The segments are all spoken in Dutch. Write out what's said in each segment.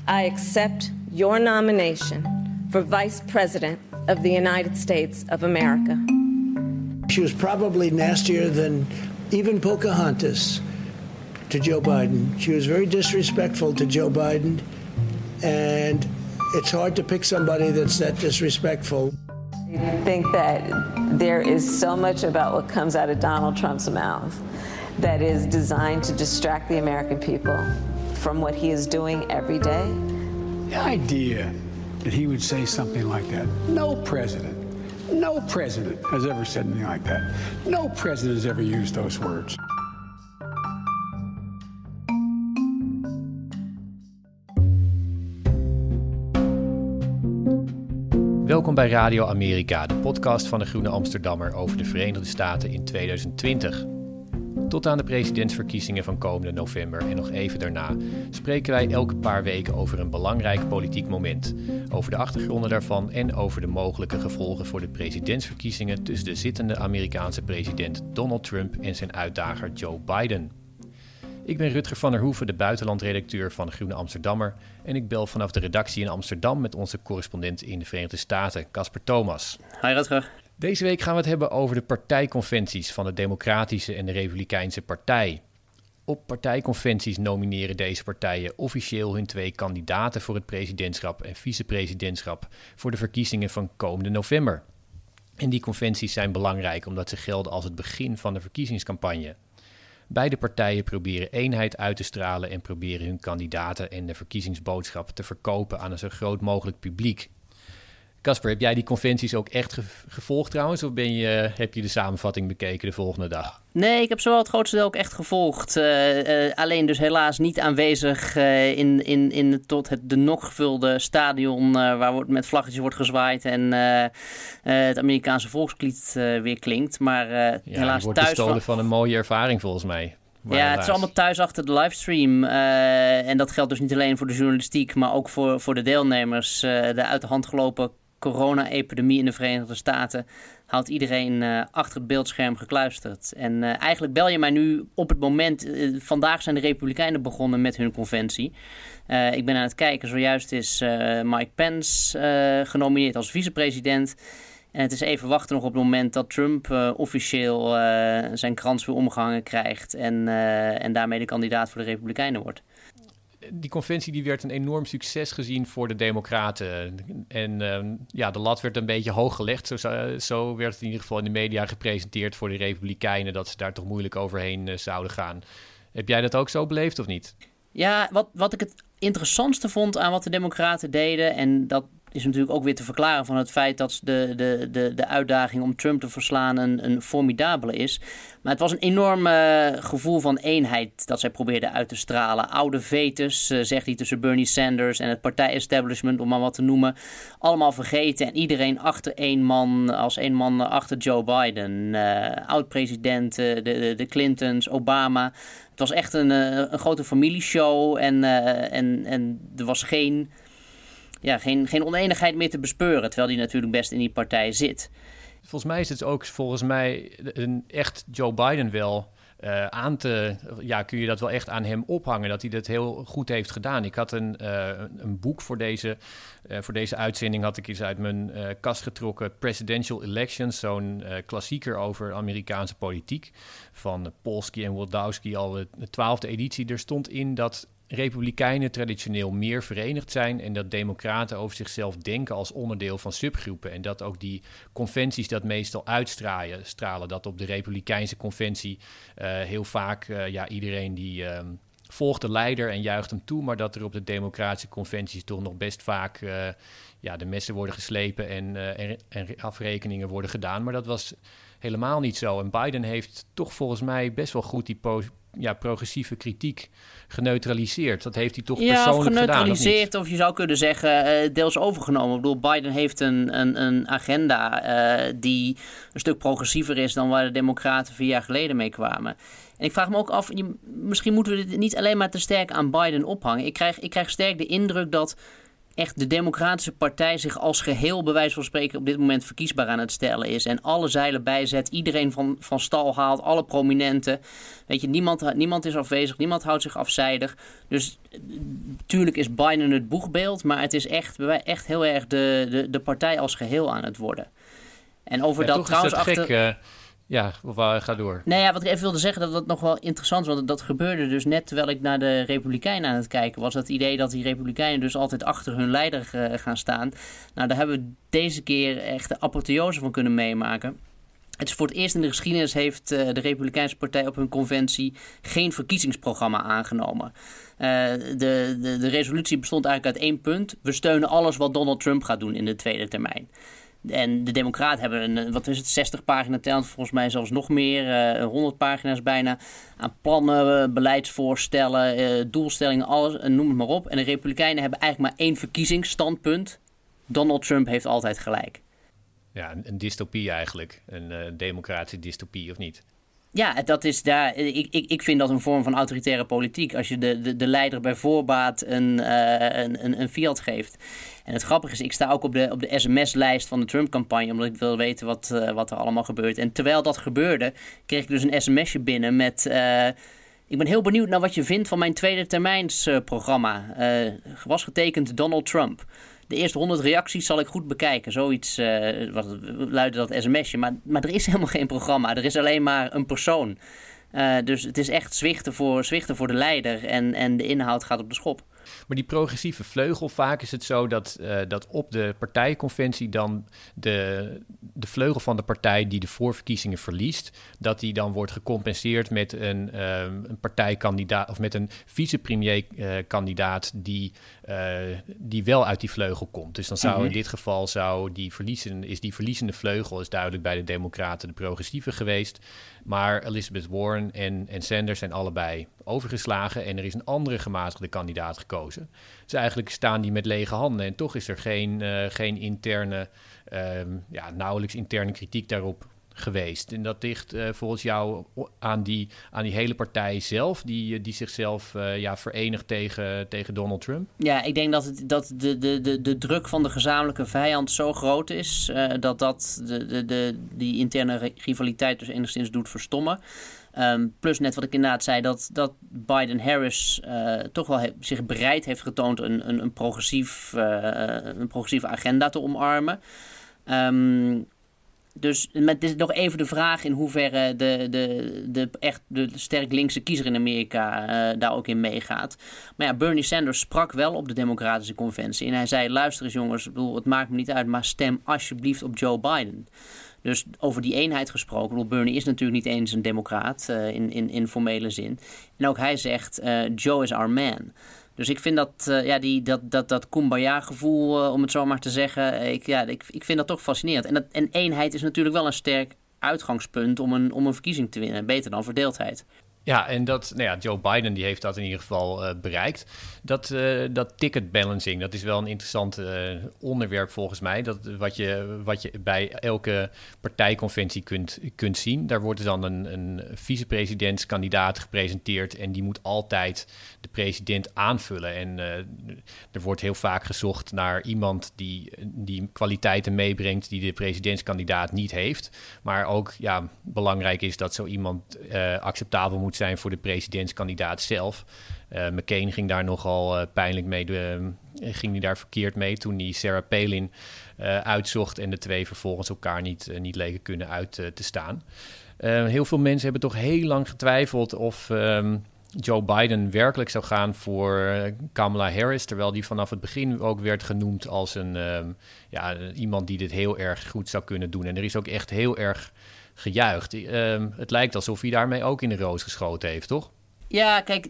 I accept your nomination for Vice President of the United States of America. She was probably nastier than even Pocahontas to Joe Biden. She was very disrespectful to Joe Biden, and it's hard to pick somebody that's that disrespectful. I think that there is so much about what comes out of Donald Trump's mouth that is designed to distract the American people from what he is doing every day. The idea that he would say something like that. No president has ever said anything like that. No president has ever used those words. Welkom bij Radio Amerika, de podcast van de Groene Amsterdammer over de Verenigde Staten in 2020. Tot aan de presidentsverkiezingen van komende november en nog even daarna spreken wij elke paar weken over een belangrijk politiek moment, over de achtergronden daarvan en over de mogelijke gevolgen voor de presidentsverkiezingen tussen de zittende Amerikaanse president Donald Trump en zijn uitdager Joe Biden. Ik ben Rutger van der Hoeven, de buitenlandredacteur van de Groene Amsterdammer en ik bel vanaf de redactie in Amsterdam met onze correspondent in de Verenigde Staten, Casper Thomas. Hi Rutger. Deze week gaan we het hebben over de partijconventies van de Democratische en de Republikeinse Partij. Op partijconventies nomineren deze partijen officieel hun twee kandidaten voor het presidentschap en vicepresidentschap voor de verkiezingen van komende november. En die conventies zijn belangrijk omdat ze gelden als het begin van de verkiezingscampagne. Beide partijen proberen eenheid uit te stralen en proberen hun kandidaten en de verkiezingsboodschap te verkopen aan een zo groot mogelijk publiek. Casper, heb jij die conventies ook echt gevolgd trouwens? Of heb je de samenvatting bekeken de volgende dag? Nee, ik heb zowel het grootste deel ook echt gevolgd. Alleen dus helaas niet aanwezig in de nog gevulde stadion waar met vlaggetjes wordt gezwaaid en het Amerikaanse volkslied weer klinkt. Maar helaas wordt thuis bestolen van een mooie ervaring volgens mij. Maar ja, het is allemaal thuis achter de livestream. En dat geldt dus niet alleen voor de journalistiek, maar ook voor de deelnemers. De uit de hand gelopen corona-epidemie in de Verenigde Staten houdt iedereen achter het beeldscherm gekluisterd. En eigenlijk bel je mij nu op het moment. Vandaag zijn de Republikeinen begonnen met hun conventie. Ik ben aan het kijken. Zojuist is Mike Pence genomineerd als vicepresident. En het is even wachten nog op het moment dat Trump officieel zijn krans weer omgehangen krijgt. En daarmee de kandidaat voor de Republikeinen wordt. Die conventie die werd een enorm succes gezien voor de Democraten. En de lat werd een beetje hoog gelegd. Zo werd het in ieder geval in de media gepresenteerd voor de Republikeinen, dat ze daar toch moeilijk overheen zouden gaan. Heb jij dat ook zo beleefd of niet? Ja, wat ik het interessantste vond aan wat de Democraten deden, en dat is natuurlijk ook weer te verklaren van het feit dat de uitdaging om Trump te verslaan een formidabele is. Maar het was een enorm gevoel van eenheid dat zij probeerden uit te stralen. Oude vetes, zegt hij, tussen Bernie Sanders en het partij-establishment, om maar wat te noemen. Allemaal vergeten en iedereen achter één man achter Joe Biden. Oud-presidenten, de Clintons, Obama. Het was echt een grote familieshow en er was geen oneenigheid meer te bespeuren, terwijl die natuurlijk best in die partij zit. Volgens mij is het ook een echt Joe Biden wel kun je dat wel echt aan hem ophangen, dat hij dat heel goed heeft gedaan. Ik had een boek voor deze uitzending had ik eens uit mijn kast getrokken, Presidential Elections, zo'n klassieker over Amerikaanse politiek van Polsky en Wildowski, al de 12e editie. Er stond in dat Republikeinen traditioneel meer verenigd zijn en dat democraten over zichzelf denken als onderdeel van subgroepen. En dat ook die conventies dat meestal uitstralen. Dat op de Republikeinse conventie heel vaak iedereen die volgt de leider en juicht hem toe. Maar dat er op de democratische conventies toch nog best vaak de messen worden geslepen en afrekeningen worden gedaan. Maar dat was helemaal niet zo. En Biden heeft toch volgens mij best wel goed die progressieve kritiek geneutraliseerd. Dat heeft hij toch persoonlijk gedaan, geneutraliseerd, of je zou kunnen zeggen deels overgenomen. Ik bedoel, Biden heeft een agenda die een stuk progressiever is dan waar de Democraten 4 jaar geleden mee kwamen. En ik vraag me ook af, misschien moeten we dit niet alleen maar te sterk aan Biden ophangen. Ik krijg sterk de indruk dat echt de Democratische Partij zich als geheel, bij wijze van spreken, op dit moment verkiesbaar aan het stellen is. En alle zeilen bijzet, iedereen van stal haalt, alle prominenten. Weet je, niemand is afwezig, niemand houdt zich afzijdig. Dus tuurlijk is Biden het boegbeeld, maar het is echt heel erg de partij als geheel aan het worden. En over dat trouwens gek. Ja, ga door. Nou ja, wat ik even wilde zeggen, dat nog wel interessant was. Want dat gebeurde dus net terwijl ik naar de Republikeinen aan het kijken was. Dat idee dat die Republikeinen dus altijd achter hun leider gaan staan. Nou, daar hebben we deze keer echt de apotheose van kunnen meemaken. Het is voor het eerst in de geschiedenis heeft de Republikeinse Partij op hun conventie geen verkiezingsprogramma aangenomen. De resolutie bestond eigenlijk uit 1 punt. We steunen alles wat Donald Trump gaat doen in de tweede termijn. En de Democraten hebben 60 pagina tellend, volgens mij zelfs nog meer, 100 pagina's bijna, aan plannen, beleidsvoorstellen, doelstellingen, alles, noem het maar op. En de Republikeinen hebben eigenlijk maar 1 verkiezingsstandpunt. Donald Trump heeft altijd gelijk. Ja, een dystopie eigenlijk. Een democratische dystopie, of niet? Ja, dat is daar. Ik vind dat een vorm van autoritaire politiek. Als je de leider bij voorbaat een fiat geeft. En het grappige is, ik sta ook op de sms-lijst van de Trump-campagne, omdat ik wil weten wat er allemaal gebeurt. En terwijl dat gebeurde, kreeg ik dus een sms'je binnen met... ik ben heel benieuwd naar wat je vindt van mijn tweede termijnsprogramma. Was getekend Donald Trump. De eerste 100 reacties zal ik goed bekijken. Zoiets luidde dat sms'je. Maar er is helemaal geen programma. Er is alleen maar een persoon. Dus het is echt zwichten voor de leider. En de inhoud gaat op de schop. Maar die progressieve vleugel, vaak is het zo dat op de partijconventie dan de vleugel van de partij die de voorverkiezingen verliest, dat die dan wordt gecompenseerd met een partijkandidaat of met een vicepremierkandidaat die wel uit die vleugel komt. Dus dan zou in dit geval die verliezende vleugel is duidelijk bij de Democraten de progressieve geweest. Maar Elizabeth Warren en Sanders zijn allebei overgeslagen en er is een andere gematigde kandidaat gekozen. Dus eigenlijk staan die met lege handen en toch is er geen interne, nauwelijks interne kritiek daarop geweest. En dat ligt volgens jou aan die hele partij zelf, die zichzelf verenigt tegen Donald Trump? Ja, ik denk dat de druk van de gezamenlijke vijand zo groot is dat die interne rivaliteit dus enigszins doet verstommen. Plus net wat ik inderdaad zei, dat Biden-Harris toch wel zich bereid heeft getoond een progressieve agenda te omarmen. Dus het is nog even de vraag in hoeverre de sterk linkse kiezer in Amerika daar ook in meegaat. Maar ja, Bernie Sanders sprak wel op de Democratische Conventie. En hij zei, luister eens jongens, het maakt me niet uit, maar stem alsjeblieft op Joe Biden. Dus over die eenheid gesproken. Bernie is natuurlijk niet eens een democraat in formele zin. En ook hij zegt, Joe is our man. Dus ik vind dat Kumbaya-gevoel, om het zo maar te zeggen, ik vind dat toch fascinerend. En eenheid is natuurlijk wel een sterk uitgangspunt om een verkiezing te winnen. Beter dan verdeeldheid. Ja, en Joe Biden die heeft dat in ieder geval bereikt. Dat ticket balancing, dat is wel een interessant onderwerp volgens mij. Wat je bij elke partijconventie kunt zien. Daar wordt dan een vicepresidentskandidaat gepresenteerd en die moet altijd de president aanvullen. En er wordt heel vaak gezocht naar iemand die kwaliteiten meebrengt die de presidentskandidaat niet heeft. Maar ook belangrijk is dat zo iemand acceptabel moet zijn voor de presidentskandidaat zelf. McCain ging daar nogal pijnlijk mee. Ging hij daar verkeerd mee toen hij Sarah Palin uitzocht en de twee vervolgens elkaar niet leken kunnen uit te staan. Heel veel mensen hebben toch heel lang getwijfeld of Joe Biden werkelijk zou gaan voor Kamala Harris, terwijl die vanaf het begin ook werd genoemd als iemand die dit heel erg goed zou kunnen doen. En er is ook echt heel erg gejuicht. Het lijkt alsof hij daarmee ook in de roos geschoten heeft, toch? Ja, kijk,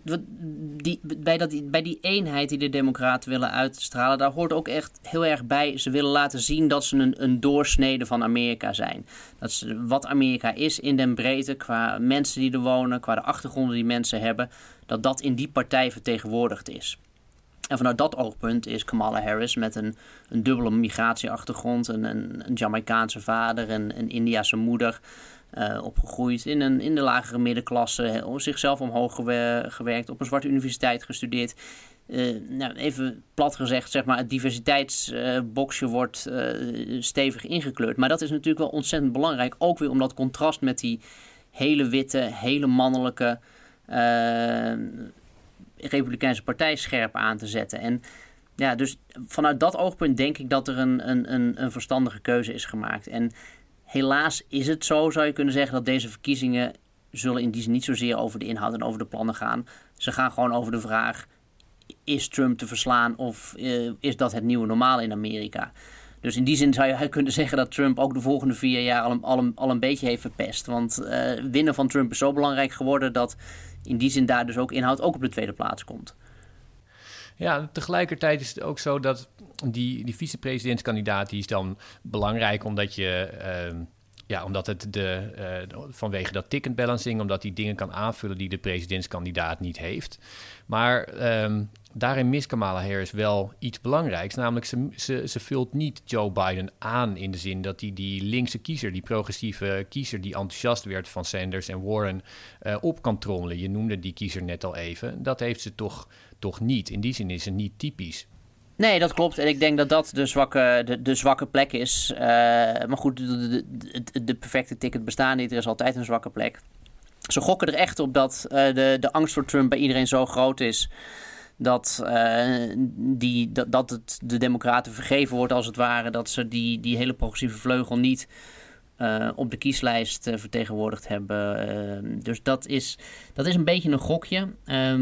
bij die eenheid die de Democraten willen uitstralen, daar hoort ook echt heel erg bij. Ze willen laten zien dat ze een doorsnede van Amerika zijn. Dat is wat Amerika is in den breedte, qua mensen die er wonen, qua de achtergronden die mensen hebben, dat in die partij vertegenwoordigd is. En vanuit dat oogpunt is Kamala Harris met een dubbele migratieachtergrond, een Jamaicaanse vader en een Indiase moeder, opgegroeid in de lagere middenklasse, zichzelf omhoog gewerkt, op een zwarte universiteit gestudeerd. even plat gezegd, zeg maar, het diversiteitsboxje wordt stevig ingekleurd. Maar dat is natuurlijk wel ontzettend belangrijk. Ook weer om dat contrast met die hele witte, hele mannelijke Republikeinse partij scherp aan te zetten. En ja, dus vanuit dat oogpunt denk ik dat er een verstandige keuze is gemaakt. En helaas is het zo, zou je kunnen zeggen, dat deze verkiezingen zullen in die zin niet zozeer over de inhoud en over de plannen gaan. Ze gaan gewoon over de vraag, is Trump te verslaan of is dat het nieuwe normaal in Amerika? Dus in die zin zou je kunnen zeggen dat Trump ook de volgende 4 jaar al een beetje heeft verpest. Want winnen van Trump is zo belangrijk geworden dat in die zin daar dus ook inhoud ook op de tweede plaats komt. Ja, tegelijkertijd is het ook zo dat die vicepresidentskandidaat die is dan belangrijk omdat omdat het vanwege dat ticket balancing, omdat hij dingen kan aanvullen die de presidentskandidaat niet heeft. Maar daarin mist Kamala Harris wel iets belangrijks. Namelijk, ze vult niet Joe Biden aan in de zin dat hij die linkse kiezer, die progressieve kiezer die enthousiast werd van Sanders en Warren, op kan trommelen. Je noemde die kiezer net al even. Dat heeft ze toch niet. In die zin is ze niet typisch. Nee, dat klopt. En ik denk dat dat de zwakke plek is. Maar goed, de perfecte ticket bestaan niet. Er is altijd een zwakke plek. Ze gokken er echt op dat de angst voor Trump bij iedereen zo groot is dat het de Democraten vergeven wordt als het ware. Dat ze die hele progressieve vleugel niet op de kieslijst vertegenwoordigd hebben. Dus dat is een beetje een gokje.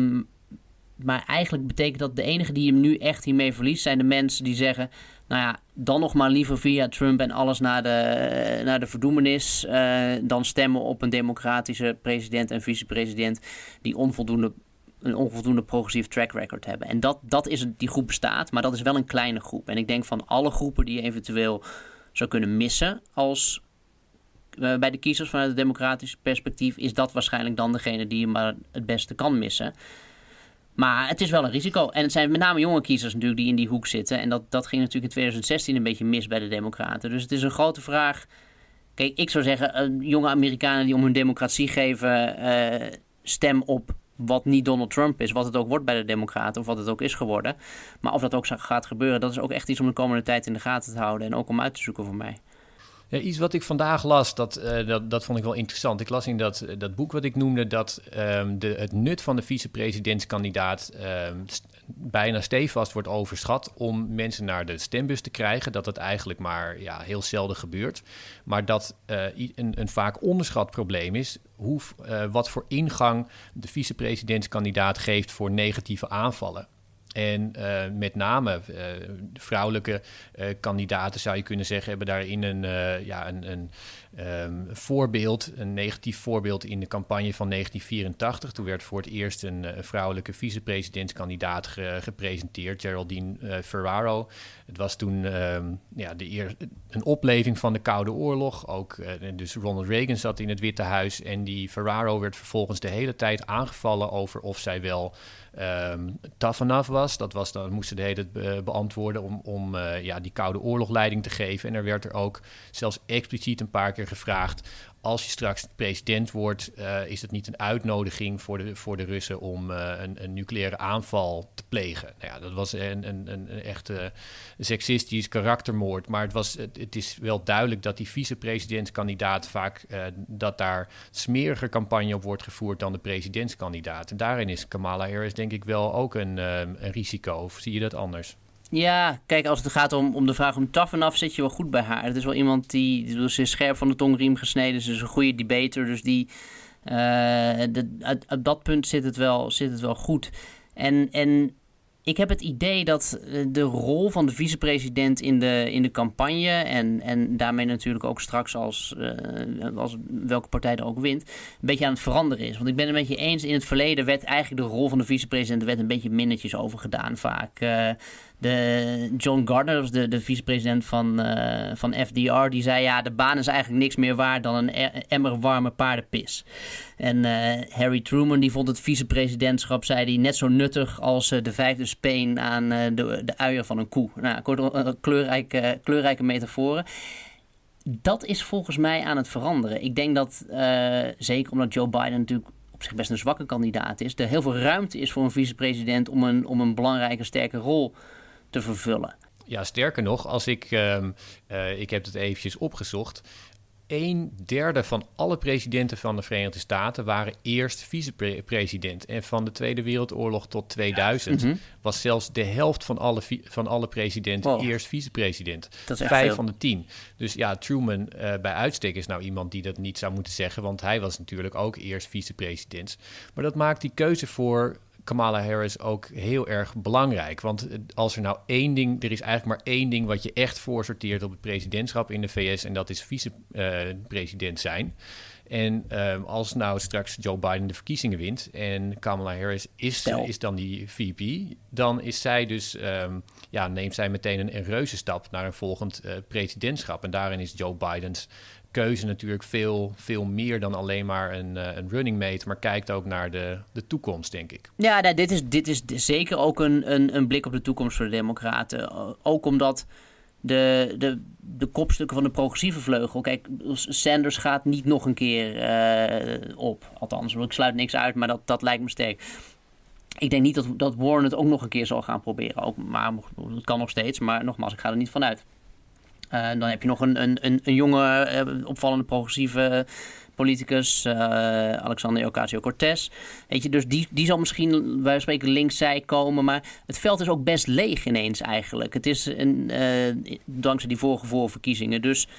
Maar eigenlijk betekent dat de enige die hem nu echt hiermee verliest zijn de mensen die zeggen, nou ja, dan nog maar liever via Trump en alles naar de verdoemenis dan stemmen op een democratische president en vicepresident die een onvoldoende progressief track record hebben. En dat is die groep bestaat, maar dat is wel een kleine groep. En ik denk van alle groepen die je eventueel zou kunnen missen als bij de kiezers vanuit het democratische perspectief, is dat waarschijnlijk dan degene die je maar het beste kan missen. Maar het is wel een risico. En het zijn met name jonge kiezers natuurlijk die in die hoek zitten. En dat ging natuurlijk in 2016 een beetje mis bij de Democraten. Dus het is een grote vraag. Kijk, ik zou zeggen, jonge Amerikanen die om hun democratie geven, stem op wat niet Donald Trump is. Wat het ook wordt bij de Democraten, of wat het ook is geworden. Maar of dat ook gaat gebeuren, dat is ook echt iets om de komende tijd in de gaten te houden. En ook om uit te zoeken voor mij. Ja, iets wat ik vandaag las, dat vond ik wel interessant. Ik las in dat boek wat ik noemde dat het nut van de vicepresidentskandidaat bijna stevast wordt overschat om mensen naar de stembus te krijgen. Dat het eigenlijk maar heel zelden gebeurt. Maar dat een vaak onderschat probleem is wat voor ingang de vicepresidentskandidaat geeft voor negatieve aanvallen. En met name vrouwelijke kandidaten, zou je kunnen zeggen, hebben daarin een voorbeeld, een negatief voorbeeld in de campagne van 1984. Toen werd voor het eerst een vrouwelijke vicepresidentskandidaat gepresenteerd, Geraldine Ferraro. Het was toen een opleving van de Koude Oorlog. Ook dus Ronald Reagan zat in het Witte Huis en die Ferraro werd vervolgens de hele tijd aangevallen over of zij wel tough enough was. Dat moest ze de hele tijd beantwoorden om die Koude Oorlog leiding te geven. En er werd er ook zelfs expliciet een paar keer gevraagd, als je straks president wordt, is het niet een uitnodiging voor de Russen om een nucleaire aanval te plegen. Nou ja, dat was een echte seksistisch karaktermoord. Maar het is wel duidelijk dat die vicepresidentskandidaat vaak dat daar smeriger campagne op wordt gevoerd dan de presidentskandidaat. En daarin is Kamala Harris denk ik wel ook een risico. Of zie je dat anders? Ja, kijk, als het gaat om de vraag om tough enough, zit je wel goed bij haar. Het is wel iemand die ze is scherp van de tongriem gesneden. Ze is een goede debater, dus op dat punt zit het wel goed. En ik heb het idee dat de rol van de vicepresident in de campagne en daarmee natuurlijk ook straks als welke partij er ook wint, een beetje aan het veranderen is. Want ik ben het met je eens, in het verleden werd eigenlijk de rol van de vicepresident een beetje minnetjes over gedaan vaak. John Gardner, de vicepresident van FDR, die zei de baan is eigenlijk niks meer waard dan een emmer warme paardenpis. En Harry Truman die vond het vicepresidentschap, zei hij, net zo nuttig als de vijfde speen aan de uier van een koe. Nou, kortom, kleurrijke metaforen. Dat is volgens mij aan het veranderen. Ik denk dat, zeker omdat Joe Biden natuurlijk op zich best een zwakke kandidaat is, er heel veel ruimte is voor een vicepresident om een belangrijke, sterke rol te vervullen. Ja, sterker nog, als ik heb het eventjes opgezocht. 1/3 van alle presidenten van de Verenigde Staten waren eerst vicepresident. En van de Tweede Wereldoorlog tot 2000 was zelfs de helft van alle presidenten eerst vicepresident. Dat is echt 5 veel. van de 10. Dus ja, Truman bij uitstek is nou iemand die dat niet zou moeten zeggen, want hij was natuurlijk ook eerst vicepresident. Maar dat maakt die keuze voor Kamala Harris ook heel erg belangrijk. Want als er nou er is eigenlijk maar één ding wat je echt voorsorteert op het presidentschap in de VS, en dat is vicepresident zijn. En als nou straks Joe Biden de verkiezingen wint en Kamala Harris is dan die VP, dan is zij dus, neemt zij meteen een reuze stap naar een volgend presidentschap. En daarin is Joe Bidens keuze natuurlijk veel meer dan alleen maar een running mate, maar kijkt ook naar de toekomst, denk ik. Ja, nou, dit is zeker ook een blik op de toekomst voor de Democraten. Ook omdat de kopstukken van de progressieve vleugel, kijk, Sanders gaat niet nog een keer op. Althans, ik sluit niks uit, maar dat lijkt me sterk. Ik denk niet dat Warren het ook nog een keer zal gaan proberen. Ook, maar het kan nog steeds, maar nogmaals, ik ga er niet van uit. Dan heb je nog een jonge, opvallende progressieve politicus, Alexandria Ocasio-Cortez. Weet je, dus die zal misschien, wij spreken, linkszij komen. Maar het veld is ook best leeg ineens eigenlijk. Het is dankzij die vorige voorverkiezingen. Dus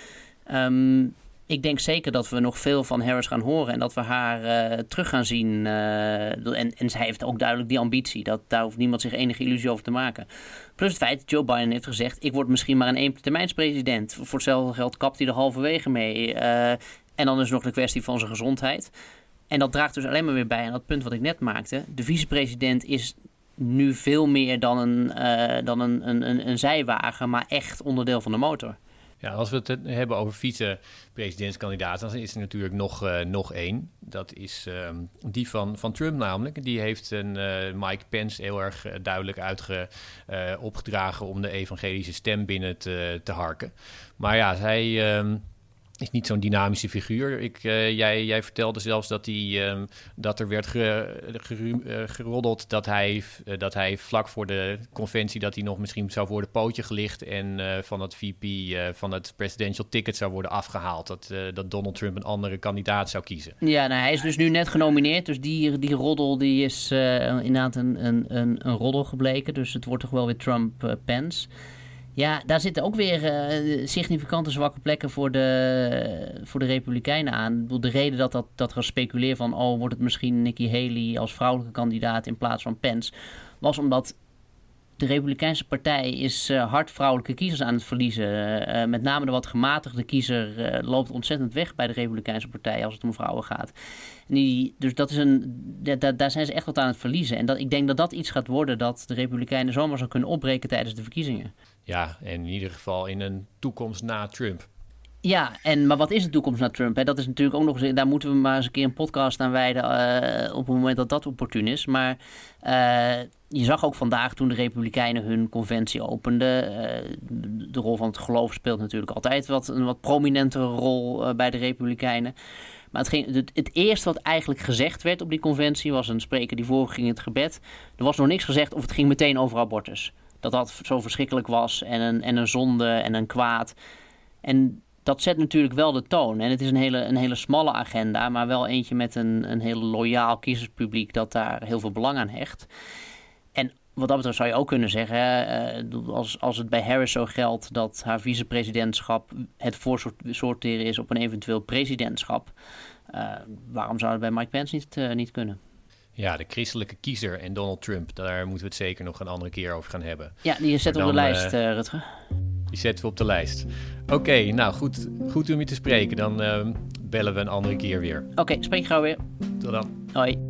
ik denk zeker dat we nog veel van Harris gaan horen en dat we haar terug gaan zien. En zij heeft ook duidelijk die ambitie. Daar hoeft niemand zich enige illusie over te maken. Plus het feit dat Joe Biden heeft gezegd, ik word misschien maar een eentermijnspresident. Voor hetzelfde geld kapt hij er halverwege mee. En dan is nog de kwestie van zijn gezondheid. En dat draagt dus alleen maar weer bij aan dat punt wat ik net maakte. De vicepresident is nu veel meer dan een zijwagen, maar echt onderdeel van de motor. Ja, als we het hebben over vice-presidentskandidaten, dan is er natuurlijk nog één. Dat is die van Trump namelijk. Die heeft Mike Pence heel erg duidelijk opgedragen om de evangelische stem binnen te harken. Maar ja, hij is niet zo'n dynamische figuur. Jij vertelde zelfs dat er werd geroddeld dat hij vlak voor de conventie dat hij nog misschien zou worden pootje gelicht en van het VP, van het presidential ticket zou worden afgehaald. Dat Donald Trump een andere kandidaat zou kiezen. Ja, nou, hij is dus nu net genomineerd. Dus die roddel die is inderdaad een roddel gebleken. Dus het wordt toch wel weer Trump-Pence. Ja, daar zitten ook weer significante zwakke plekken voor de Republikeinen aan. De reden dat gespeculeerd van, wordt het misschien Nikki Haley als vrouwelijke kandidaat in plaats van Pence, was omdat de Republikeinse partij is hard vrouwelijke kiezers aan het verliezen. Met name de wat gematigde kiezer loopt ontzettend weg bij de Republikeinse partij als het om vrouwen gaat. Dus daar zijn ze echt wat aan het verliezen. En ik denk dat iets gaat worden dat de Republikeinen zomaar zou kunnen opbreken tijdens de verkiezingen. Ja, en in ieder geval in een toekomst na Trump. Ja, maar wat is de toekomst na Trump? Hè? Dat is natuurlijk ook nog eens, daar moeten we maar eens een keer een podcast aan wijden op het moment dat opportun is. Maar je zag ook vandaag toen de Republikeinen hun conventie openden. De rol van het geloof speelt natuurlijk altijd een wat prominentere rol bij de Republikeinen. Maar het eerste wat eigenlijk gezegd werd op die conventie was een spreker die voorging in het gebed. Er was nog niks gezegd of het ging meteen over abortus. Dat zo verschrikkelijk was en een zonde en een kwaad. En dat zet natuurlijk wel de toon. En het is een hele smalle agenda, maar wel eentje met een heel loyaal kiezerspubliek dat daar heel veel belang aan hecht. En wat dat betreft zou je ook kunnen zeggen, als het bij Harris zo geldt dat haar vicepresidentschap het voorsorteren is op een eventueel presidentschap, waarom zou het bij Mike Pence niet kunnen? Ja, de christelijke kiezer en Donald Trump, daar moeten we het zeker nog een andere keer over gaan hebben. Ja, die zetten we op de lijst, Rutger. Die zetten we op de lijst. Oké, nou goed om je te spreken. Dan bellen we een andere keer weer. Oké, spreek gauw weer. Tot dan. Hoi.